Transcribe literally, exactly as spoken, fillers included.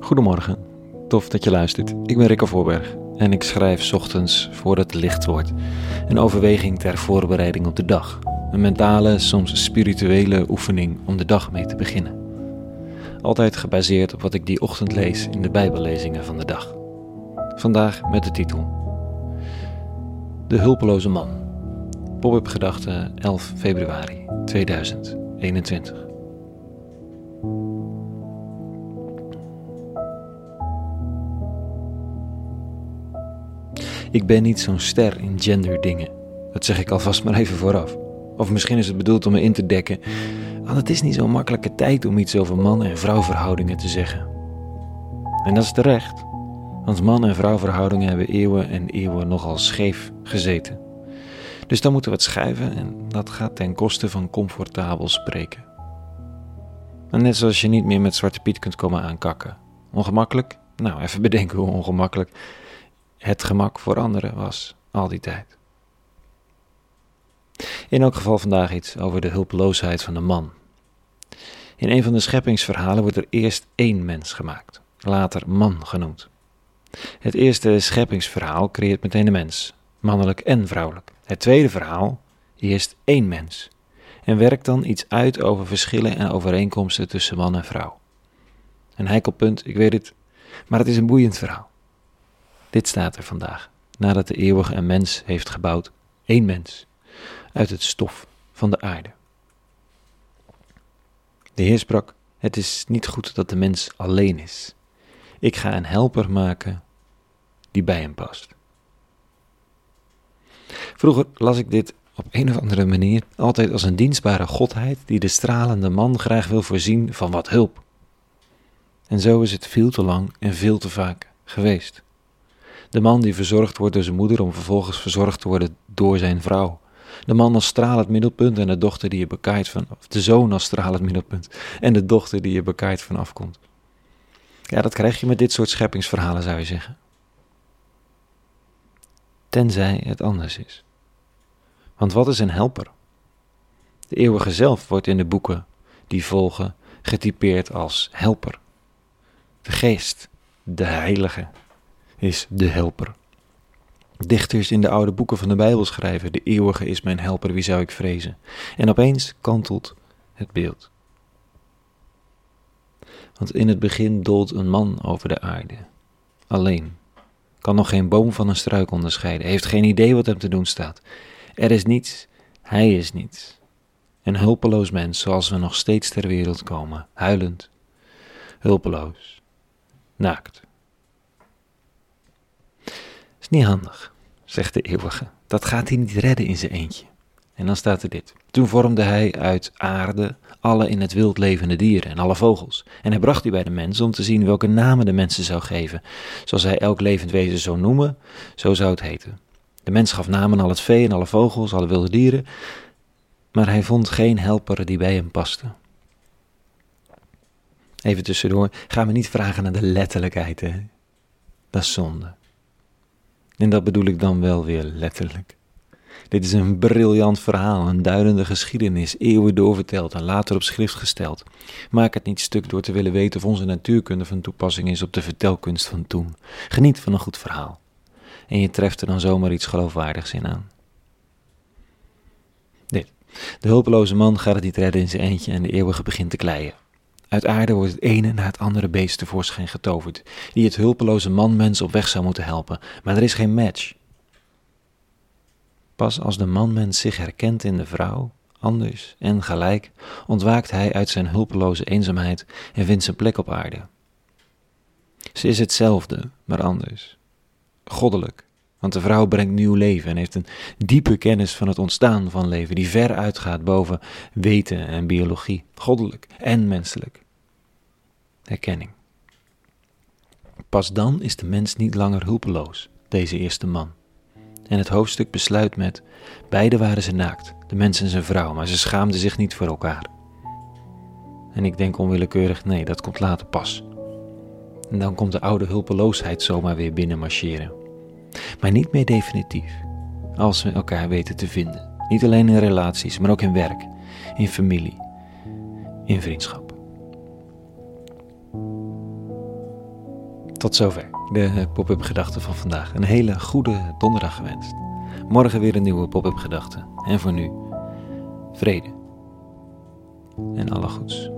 Goedemorgen, tof dat je luistert. Ik ben Rikke Voorberg en ik schrijf 's ochtends voor het licht wordt. Een overweging ter voorbereiding op de dag. Een mentale, soms spirituele oefening om de dag mee te beginnen. Altijd gebaseerd op wat ik die ochtend lees in de Bijbellezingen van de dag. Vandaag met de titel De hulpeloze man. Pop-up gedachte elf februari tweeduizend eenentwintig. Ik ben niet zo'n ster in genderdingen. Dat zeg ik alvast maar even vooraf. Of misschien is het bedoeld om me in te dekken. Want het is niet zo'n makkelijke tijd om iets over man- en vrouwverhoudingen te zeggen. En dat is terecht. Want man- en vrouwverhoudingen hebben eeuwen en eeuwen nogal scheef gezeten. Dus dan moeten we het schuiven en dat gaat ten koste van comfortabel spreken. En net zoals je niet meer met Zwarte Piet kunt komen aankakken. Ongemakkelijk? Nou, even bedenken hoe ongemakkelijk het gemak voor anderen was, al die tijd. In elk geval vandaag iets over de hulpeloosheid van de man. In een van de scheppingsverhalen wordt er eerst één mens gemaakt, later man genoemd. Het eerste scheppingsverhaal creëert meteen de mens, mannelijk en vrouwelijk. Het tweede verhaal, eerst één mens, en werkt dan iets uit over verschillen en overeenkomsten tussen man en vrouw. Een heikel punt, ik weet het, maar het is een boeiend verhaal. Dit staat er vandaag, nadat de eeuwige een mens heeft gebouwd, één mens, uit het stof van de aarde. De Heer sprak, het is niet goed dat de mens alleen is. Ik ga een helper maken die bij hem past. Vroeger las ik dit op een of andere manier altijd als een dienstbare godheid die de stralende man graag wil voorzien van wat hulp. En zo is het veel te lang en veel te vaak geweest. De man die verzorgd wordt door zijn moeder om vervolgens verzorgd te worden door zijn vrouw. De man als stralend middelpunt en de dochter die je bekaaid van, of de zoon als stralend middelpunt en de dochter die je bekaaid van afkomt. Ja, dat krijg je met dit soort scheppingsverhalen, zou je zeggen. Tenzij het anders is. Want wat is een helper? De eeuwige zelf wordt in de boeken die volgen getypeerd als helper. De geest, de heilige, is de helper. Dichters in de oude boeken van de Bijbel schrijven, de eeuwige is mijn helper, wie zou ik vrezen? En opeens kantelt het beeld. Want in het begin doolt een man over de aarde, alleen. Kan nog geen boom van een struik onderscheiden, heeft geen idee wat hem te doen staat. Er is niets, hij is niets. Een hulpeloos mens zoals we nog steeds ter wereld komen, huilend, hulpeloos, naakt. Is niet handig, zegt de eeuwige. Dat gaat hij niet redden in zijn eentje. En dan staat er dit. Toen vormde hij uit aarde alle in het wild levende dieren en alle vogels. En hij bracht die bij de mens om te zien welke namen de mensen zou geven. Zoals hij elk levend wezen zou noemen, zo zou het heten. De mens gaf namen aan al het vee en alle vogels, alle wilde dieren. Maar hij vond geen helper die bij hem paste. Even tussendoor, ga me niet vragen naar de letterlijkheid, hè. Dat is zonde. En dat bedoel ik dan wel weer letterlijk. Dit is een briljant verhaal, een duidende geschiedenis, eeuwen doorverteld en later op schrift gesteld. Maak het niet stuk door te willen weten of onze natuurkunde van toepassing is op de vertelkunst van toen. Geniet van een goed verhaal. En je treft er dan zomaar iets geloofwaardigs in aan. Dit. De hulpeloze man gaat het niet redden in zijn eentje en de eeuwige begint te kleien. Uit aarde wordt het ene na het andere beest tevoorschijn getoverd, die het hulpeloze man-mens op weg zou moeten helpen, maar er is geen match. Pas als de man-mens zich herkent in de vrouw, anders en gelijk, ontwaakt hij uit zijn hulpeloze eenzaamheid en vindt zijn plek op aarde. Ze is hetzelfde, maar anders. Goddelijk, want de vrouw brengt nieuw leven en heeft een diepe kennis van het ontstaan van leven, die ver uitgaat boven weten en biologie, goddelijk en menselijk. Herkenning. Pas dan is de mens niet langer hulpeloos, deze eerste man. En het hoofdstuk besluit met, beide waren ze naakt, de mens en zijn vrouw, maar ze schaamden zich niet voor elkaar. En ik denk onwillekeurig, nee, dat komt later pas. En dan komt de oude hulpeloosheid zomaar weer binnen marcheren. Maar niet meer definitief, als we elkaar weten te vinden. Niet alleen in relaties, maar ook in werk, in familie, in vriendschap. Tot zover de pop-up gedachten van vandaag. Een hele goede donderdag gewenst. Morgen weer een nieuwe pop-up gedachte. En voor nu, vrede en alle goeds.